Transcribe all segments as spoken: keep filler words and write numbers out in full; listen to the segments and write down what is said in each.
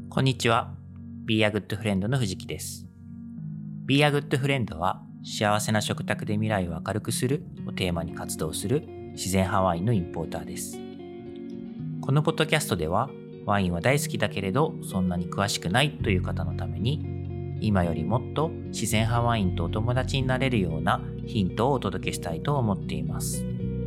こんにちは。Be a Good Friend の藤木です。Be a Good Friend は幸せな食卓で未来を明るくするをテーマに活動する自然派ワインのインポーターです。このポッドキャストではワインは大好きだけれどそんなに詳しくないという方のために今よりもっと自然派ワインとお友達になれるようなヒントをお届けしたいと思っています。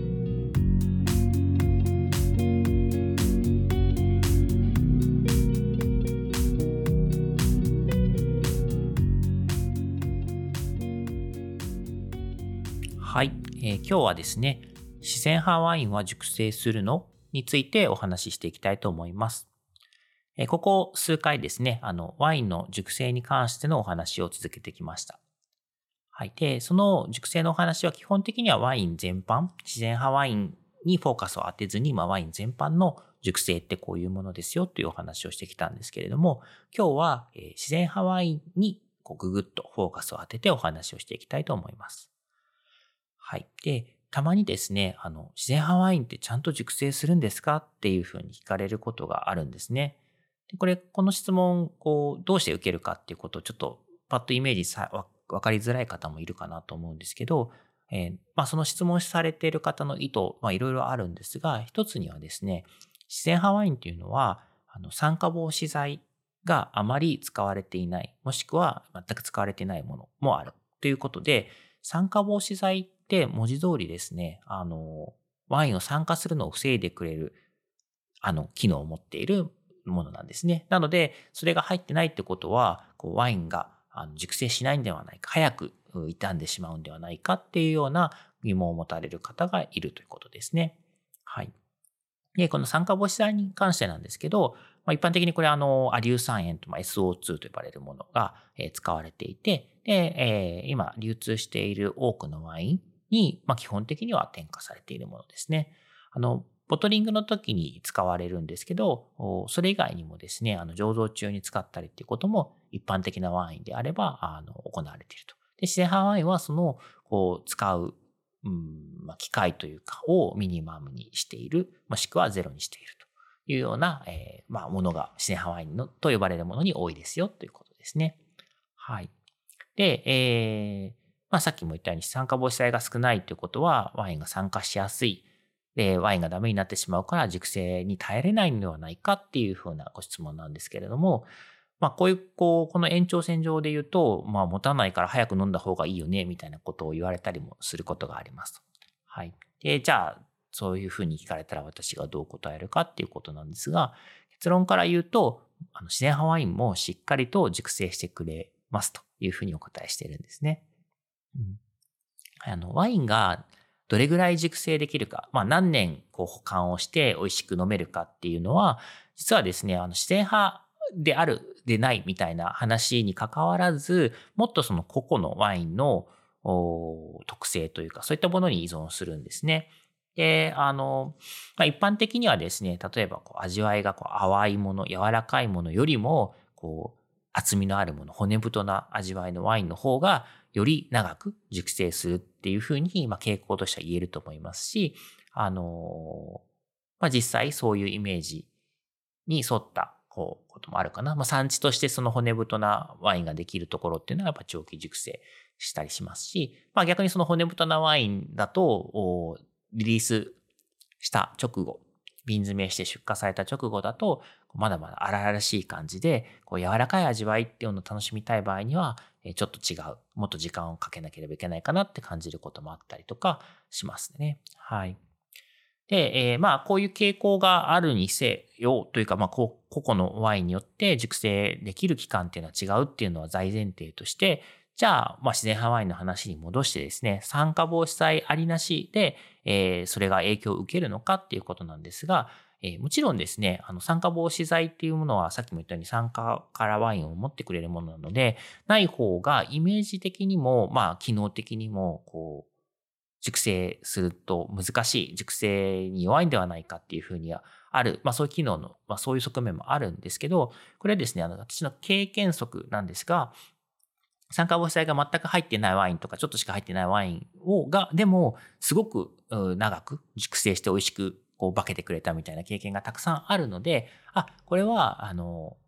はい、えー、今日はですね、自然派ワインは熟成するのについてお話ししていきたいと思います。えー、ここ数回ですね、あのワインの熟成に関してのお話を続けてきました。はい、で、その熟成のお話は基本的にはワイン全般、自然派ワインにフォーカスを当てずに、まあ、ワイン全般の熟成ってこういうものですよというお話をしてきたんですけれども、今日は、えー、自然派ワインにこうぐぐっとフォーカスを当ててお話をしていきたいと思います。はい。で、たまにですね、あの、自然派ワインってちゃんと熟成するんですかっていうふうに聞かれることがあるんですね。でこれ、この質問、こう、どうして受けるかっていうことをちょっとパッとイメージさ、わ、わかりづらい方もいるかなと思うんですけど、えーまあ、その質問されている方の意図、まあ、いろいろあるんですが、一つにはですね、自然派ワインっていうのは、あの、酸化防止剤があまり使われていない、もしくは全く使われていないものもあるということで、酸化防止剤って文字通りですね、あの、ワインを酸化するのを防いでくれる、あの、機能を持っているものなんですね。なので、それが入ってないってことは、こうワインがあの熟成しないんではないか、早く傷んでしまうんではないかっていうような疑問を持たれる方がいるということですね。はい。で、この酸化防止剤に関してなんですけど、まあ、一般的にこれあの、アリュー酸塩と、まあ、エスオーツー と呼ばれるものが、えー、使われていて、で、えー、今流通している多くのワインに、まあ、基本的には添加されているものですね。あの、ボトリングの時に使われるんですけど、それ以外にもですね、あの醸造中に使ったりっていうことも一般的なワインであれば、あの、行われていると。で、自然派ワインはその、こう、使ううんまあ、機械というかをミニマムにしている、もしくはゼロにしているというような、えーまあ、ものが自然派ワインのと呼ばれるものに多いですよということですね。はい。で、えーまあ、さっきも言ったように酸化防止剤が少ないということはワインが酸化しやすい。で、ワインがダメになってしまうから熟成に耐えれないのではないかっていうふうなご質問なんですけれども、まあ、こういう、こう、この延長線上で言うと、まあ、持たないから早く飲んだ方がいいよね、みたいなことを言われたりもすることがあります。はい。で、じゃあ、そういうふうに聞かれたら私がどう答えるかっていうことなんですが、結論から言うと、あの自然派ワインもしっかりと熟成してくれますというふうにお答えしているんですね。うん、あの、ワインがどれぐらい熟成できるか、まあ、何年こう保管をして美味しく飲めるかっていうのは、実はですね、あの自然派である、でないみたいな話に関わらず、もっとその個々のワインの特性というか、そういったものに依存するんですね。で、あの、まあ、一般的にはですね、例えばこう味わいがこう淡いもの、柔らかいものよりも、こう、厚みのあるもの、骨太な味わいのワインの方が、より長く熟成するっていうふうに、まあ、傾向としては言えると思いますし、あの、まあ、実際そういうイメージに沿ったこうこともあるかな。まあ、産地としてその骨太なワインができるところっていうのはやっぱ長期熟成したりしますし、まあ、逆にその骨太なワインだとリリースした直後、瓶詰めして出荷された直後だとまだまだ荒々しい感じでこう柔らかい味わいっていうのを楽しみたい場合にはちょっと違う、もっと時間をかけなければいけないかなって感じることもあったりとかしますね。はい。で、えー、まあ、こういう傾向があるにせよというか、まあ、個々のワインによって熟成できる期間っていうのは違うっていうのは大前提として、じゃあ、まあ、自然派ワインの話に戻してですね、酸化防止剤ありなしで、えー、それが影響を受けるのかっていうことなんですが、えー、もちろんですね、あの酸化防止剤っていうものはさっきも言ったように酸化からワインを持ってくれるものなので、ない方がイメージ的にも、まあ、機能的にも、こう、熟成すると難しい、熟成に弱いんではないかっていうふうにはある、まあそういう機能の、まあそういう側面もあるんですけど、これはですね、あの私の経験則なんですが、酸化防止剤が全く入っていないワインとかちょっとしか入っていないワインをが、でもすごく長く熟成して美味しくこう化けてくれたみたいな経験がたくさんあるので、あ、これはあの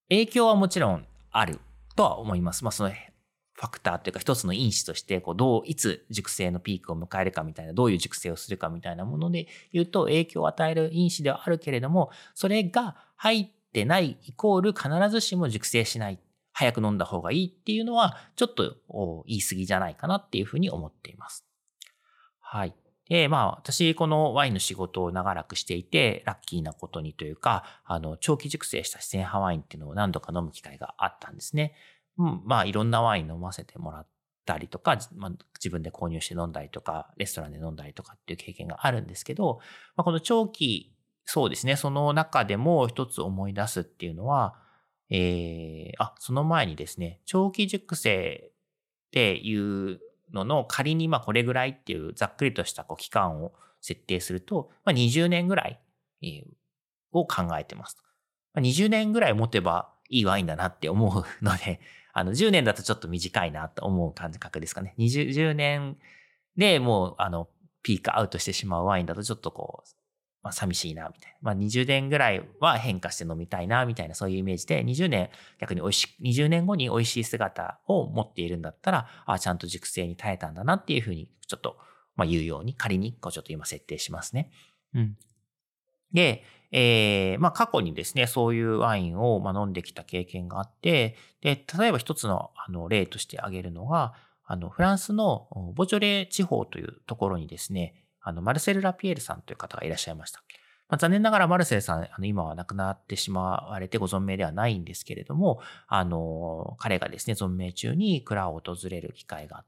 影響はもちろんあるとは思います。まあそのファクターというか一つの因子として、こうどう、いつ熟成のピークを迎えるかみたいな、どういう熟成をするかみたいなもので言うと影響を与える因子ではあるけれども、それが入ってないイコール必ずしも熟成しない。早く飲んだ方がいいっていうのはちょっと言い過ぎじゃないかなっていうふうに思っています。はい。で、まあ私このワインの仕事を長らくしていて、ラッキーなことにというか、あの長期熟成した自然派ワインっていうのを何度か飲む機会があったんですね。うん、まあいろんなワイン飲ませてもらったりとか、まあ、自分で購入して飲んだりとか、レストランで飲んだりとかっていう経験があるんですけど、まあ、この長期、そうですね、その中でも一つ思い出すっていうのは、えー、あ、その前にですね、長期熟成っていうのの仮にまあこれぐらいっていうざっくりとしたこう期間を設定すると、まあ、にじゅうねんぐらい、えーを考えてます。まあ、にじゅうねんぐらい持てばいいワインだなって思うので、あのじゅうねんだとちょっと短いなと思う感覚ですかね。にじゅう、じゅうねんでもうあのピークアウトしてしまうワインだとちょっとこう、まあ、寂しいなみたいな。まあにじゅうねんぐらいは変化して飲みたいなみたいなそういうイメージで、にじゅうねん逆に美味しい、にじゅうねんごに美味しい姿を持っているんだったら、あちゃんと熟成に耐えたんだなっていうふうにちょっと、まあ、言うように仮にこうちょっと今設定しますね。うん。で、えー、まあ過去にですね、そういうワインをまあ飲んできた経験があって、で、例えば一つのあの例として挙げるのが、あのフランスのボジョレー地方というところにですね、あのマルセル・ラピエールさんという方がいらっしゃいました。まあ、残念ながらマルセルさん、あの今は亡くなってしまわれてご存命ではないんですけれども、あの、彼がですね、存命中に蔵を訪れる機会があって、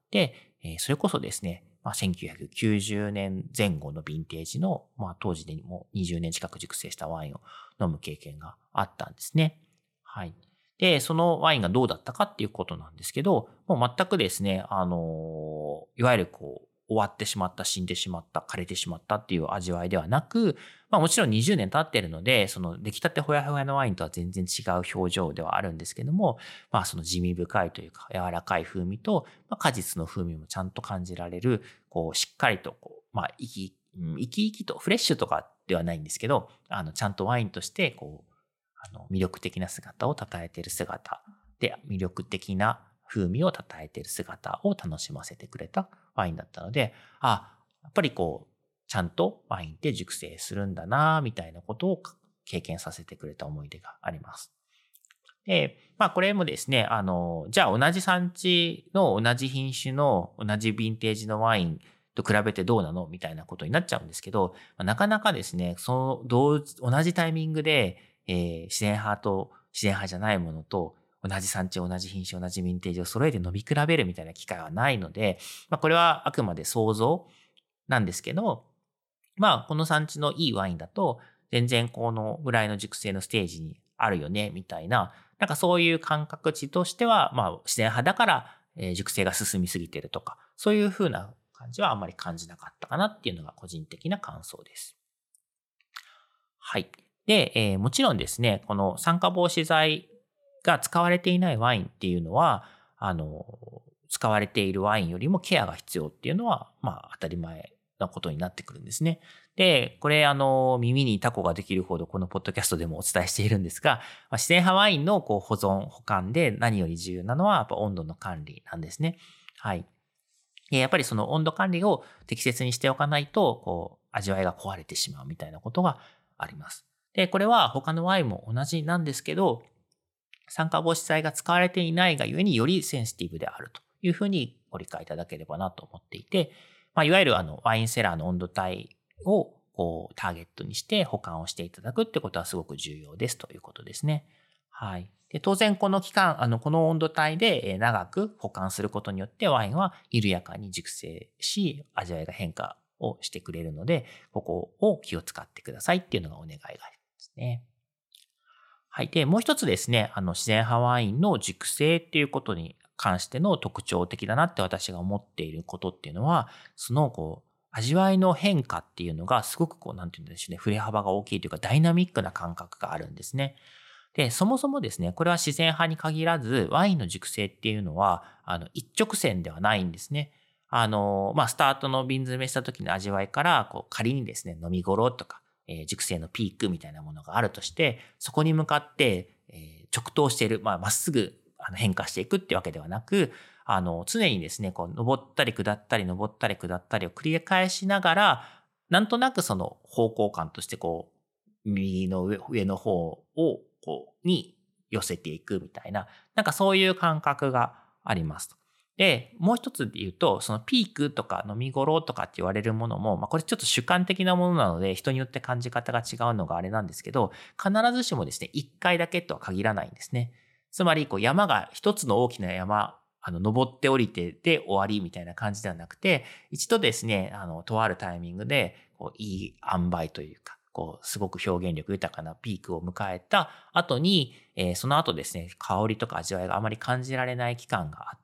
えーそれこそですね、まあ、せんきゅうひゃくきゅうじゅうねんぜん後のヴィンテージの、まあ、当時でもうにじゅうねん近く熟成したワインを飲む経験があったんですね。はい。で、そのワインがどうだったかっていうことなんですけど、もう全くですね、あの、いわゆるこう、終わってしまった、死んでしまった、枯れてしまったっていう味わいではなく、まあもちろんにじゅうねん経ってるので、その出来たてほやほやのワインとは全然違う表情ではあるんですけども、まあその地味深いというか柔らかい風味と、まあ、果実の風味もちゃんと感じられる、こうしっかりとこう、まあ生き、生き生きとフレッシュとかではないんですけど、あのちゃんとワインとしてこう、あの魅力的な姿を称えている姿で、魅力的な風味を称えている姿を楽しませてくれたワインだったので、あ、やっぱりこう、ちゃんとワインって熟成するんだな、みたいなことを経験させてくれた思い出があります。で、まあこれもですね、あの、じゃあ同じ産地の同じ品種の同じヴィンテージのワインと比べてどうなのみたいなことになっちゃうんですけど、なかなかですね、その同同じタイミングで、えー、自然派と自然派じゃないものと同じ産地、同じ品種、同じヴィンテージを揃えて飲み比べるみたいな機会はないので、まあこれはあくまで想像なんですけど、まあこの産地のいいワインだと全然このぐらいの熟成のステージにあるよね、みたいな、なんかそういう感覚値としては、まあ自然派だから、えー熟成が進みすぎてるとか、そういう風な感じはあんまり感じなかったかなっていうのが個人的な感想です。はい。で、えーもちろんですね、この酸化防止剤が使われていないワインっていうのは、あの、使われているワインよりもケアが必要っていうのは、まあ当たり前なことになってくるんですね。で、これあの、耳にタコができるほどこのポッドキャストでもお伝えしているんですが、まあ、自然派ワインのこう保存、保管で何より重要なのはやっぱ温度の管理なんですね。はい。やっぱりその温度管理を適切にしておかないと、こう、味わいが壊れてしまうみたいなことがあります。で、これは他のワインも同じなんですけど、酸化防止剤が使われていないがゆえによりセンシティブであるというふうにご理解いただければなと思っていて、まあ、いわゆるあのワインセラーの温度帯をこうターゲットにして保管をしていただくってことはすごく重要ですということですね。はい。で、当然この期間、あの、この温度帯で長く保管することによってワインは緩やかに熟成し、味わいが変化をしてくれるので、ここを気を使ってくださいっていうのがお願いがありますね。はい。で、もう一つですね、あの、自然派ワインの熟成っていうことに関しての特徴的だなって私が思っていることっていうのは、その、こう、味わいの変化っていうのがすごくこう、なんていうんでしょうね、振れ幅が大きいというか、ダイナミックな感覚があるんですね。で、そもそもですね、これは自然派に限らず、ワインの熟成っていうのは、あの、一直線ではないんですね。あの、まあ、スタートの瓶詰めした時の味わいから、こう、仮にですね、飲み頃とか、えー熟成のピークみたいなものがあるとして、そこに向かって、 えー、直投している、まあ、まっすぐあの変化していくっていうわけではなく、あの、常にですね、こう、登ったり下ったり、登ったり下ったりを繰り返しながら、なんとなくその方向感として、こう、右の上、上の方を、こう、に寄せていくみたいな、なんかそういう感覚がありますと。で、もう一つで言うと、そのピークとか飲み頃とかって言われるものも、まあこれちょっと主観的なものなので、人によって感じ方が違うのがあれなんですけど、必ずしもですね、一回だけとは限らないんですね。つまり、こう山が一つの大きな山、あの、登って降りてで終わりみたいな感じではなくて、一度ですね、あの、とあるタイミングで、こう、いい塩梅というか、こう、すごく表現力豊かなピークを迎えた後に、えー、その後ですね、香りとか味わいがあまり感じられない期間があって、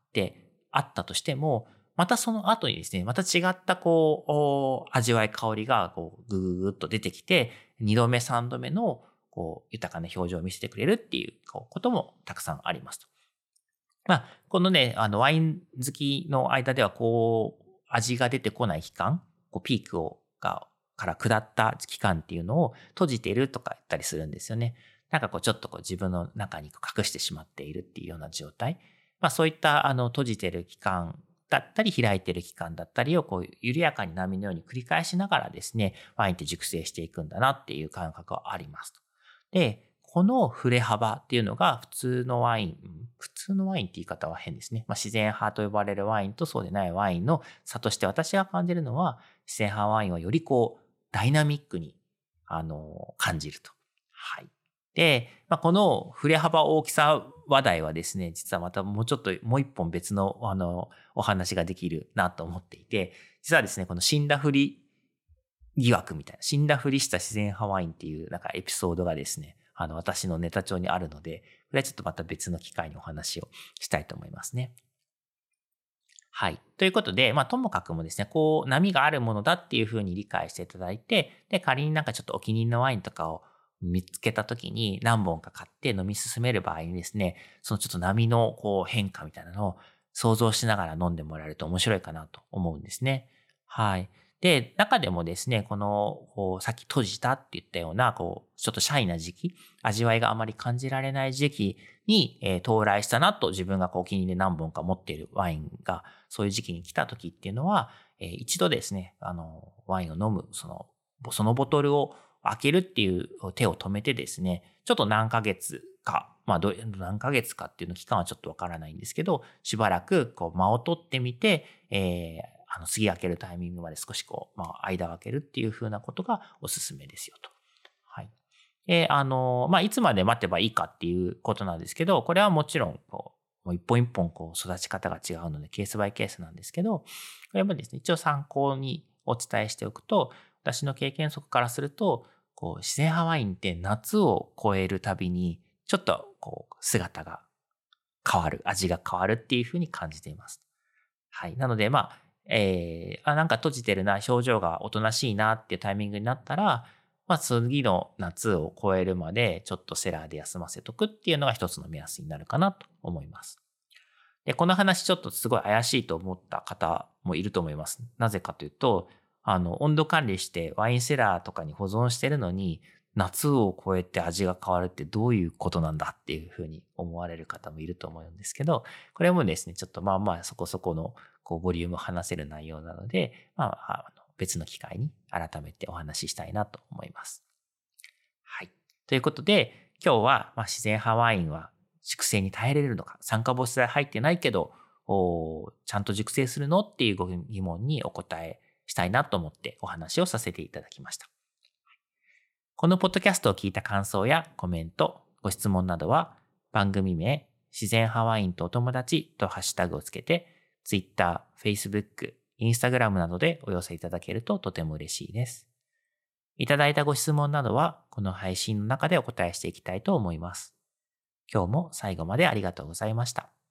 あったとしても、またその後にですね、また違ったこう、味わい香りがこう、ぐぐぐっと出てきて、二度目三度目のこう、豊かな表情を見せてくれるっていうこともたくさんありますと。まあ、このね、あの、ワイン好きの間では、こう、味が出てこない期間、こう、ピークを、が、から下った期間っていうのを閉じているとか言ったりするんですよね。なんかこう、ちょっとこう、自分の中に隠してしまっているっていうような状態。まあ、そういった、あの、閉じている期間だったり、開いている期間だったりを、こう、緩やかに波のように繰り返しながらですね、ワインって熟成していくんだなっていう感覚はありますと。で、この振れ幅っていうのが普通のワイン、普通のワインって言い方は変ですね。まあ、自然派と呼ばれるワインとそうでないワインの差として私が感じるのは、自然派ワインはよりこう、ダイナミックに、あの、感じると。はい。で、まあ、この振れ幅大きさ話題はですね、実はまたもうちょっと、もう一本別の、あの、お話ができるなと思っていて、実はですね、この死んだふり疑惑みたいな、死んだふりした自然派ワインっていうなんかエピソードがですね、あの、私のネタ帳にあるので、これはちょっとまた別の機会にお話をしたいと思いますね。はい。ということで、まあ、ともかくもですね、こう、波があるものだっていうふうに理解していただいて、で、仮になんかちょっとお気に入りのワインとかを見つけたときに何本か買って飲み進める場合にですね、そのちょっと波のこう変化みたいなのを想像しながら飲んでもらえると面白いかなと思うんですね。はい。で、中でもですね、この、こう、さっき閉じたって言ったような、こう、ちょっとシャイな時期、味わいがあまり感じられない時期に、えー、到来したなと自分がこうお気に入りで何本か持っているワインが、そういう時期に来た時っていうのは、えー、一度ですね、あの、ワインを飲む、その、そのボトルを開けるっていう手を止めてですね、ちょっと何ヶ月か、まあど、何ヶ月かっていうの期間はちょっとわからないんですけど、しばらくこう間を取ってみて、えーあの、次開けるタイミングまで少しこう、まあ、間を開けるっていう風なことがおすすめですよと。はい。で、あの、まあ、いつまで待てばいいかっていうことなんですけど、これはもちろん、こう、もう一本一本こう育ち方が違うので、ケースバイケースなんですけど、これもですね、一応参考にお伝えしておくと、私の経験則からすると、こう、自然派ワインって夏を超えるたびに、ちょっとこう、姿が変わる、味が変わるっていう風に感じています。はい。なので、まあ、えー、あ、なんか閉じてるな、表情がおとなしいなっていうタイミングになったら、まあ次の夏を超えるまでちょっとセラーで休ませとくっていうのが一つの目安になるかなと思います。で、この話ちょっとすごい怪しいと思った方もいると思います。なぜかというと、あの、温度管理してワインセラーとかに保存してるのに、夏を超えて味が変わるってどういうことなんだっていうふうに思われる方もいると思うんですけど、これもですね、ちょっとまあまあそこそこのこうボリュームを話せる内容なので、まあ、あの別の機会に改めてお話ししたいなと思います。はい。ということで、今日はまあ自然派ワインは熟成に耐えれるのか、酸化物質が入ってないけど、おちゃんと熟成するのっていうご疑問にお答えしたいなと思ってお話をさせていただきました。このポッドキャストを聞いた感想やコメント、ご質問などは番組名、自然派ワインとお友達とハッシュタグをつけて、Twitter、Facebook、Instagram などでお寄せいただけるととても嬉しいです。いただいたご質問などはこの配信の中でお答えしていきたいと思います。今日も最後までありがとうございました。